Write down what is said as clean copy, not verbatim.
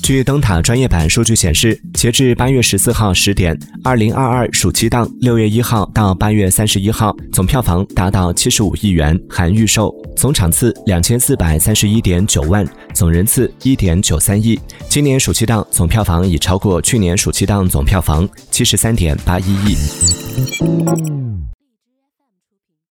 据灯塔专业版数据显示，截至8月14号10点，2022暑期档6月1号到8月31号总票房达到75亿元，含预售，总场次2431.9万，总人次1.93亿。今年暑期档总票房已超过去年暑期档总票房73.81亿。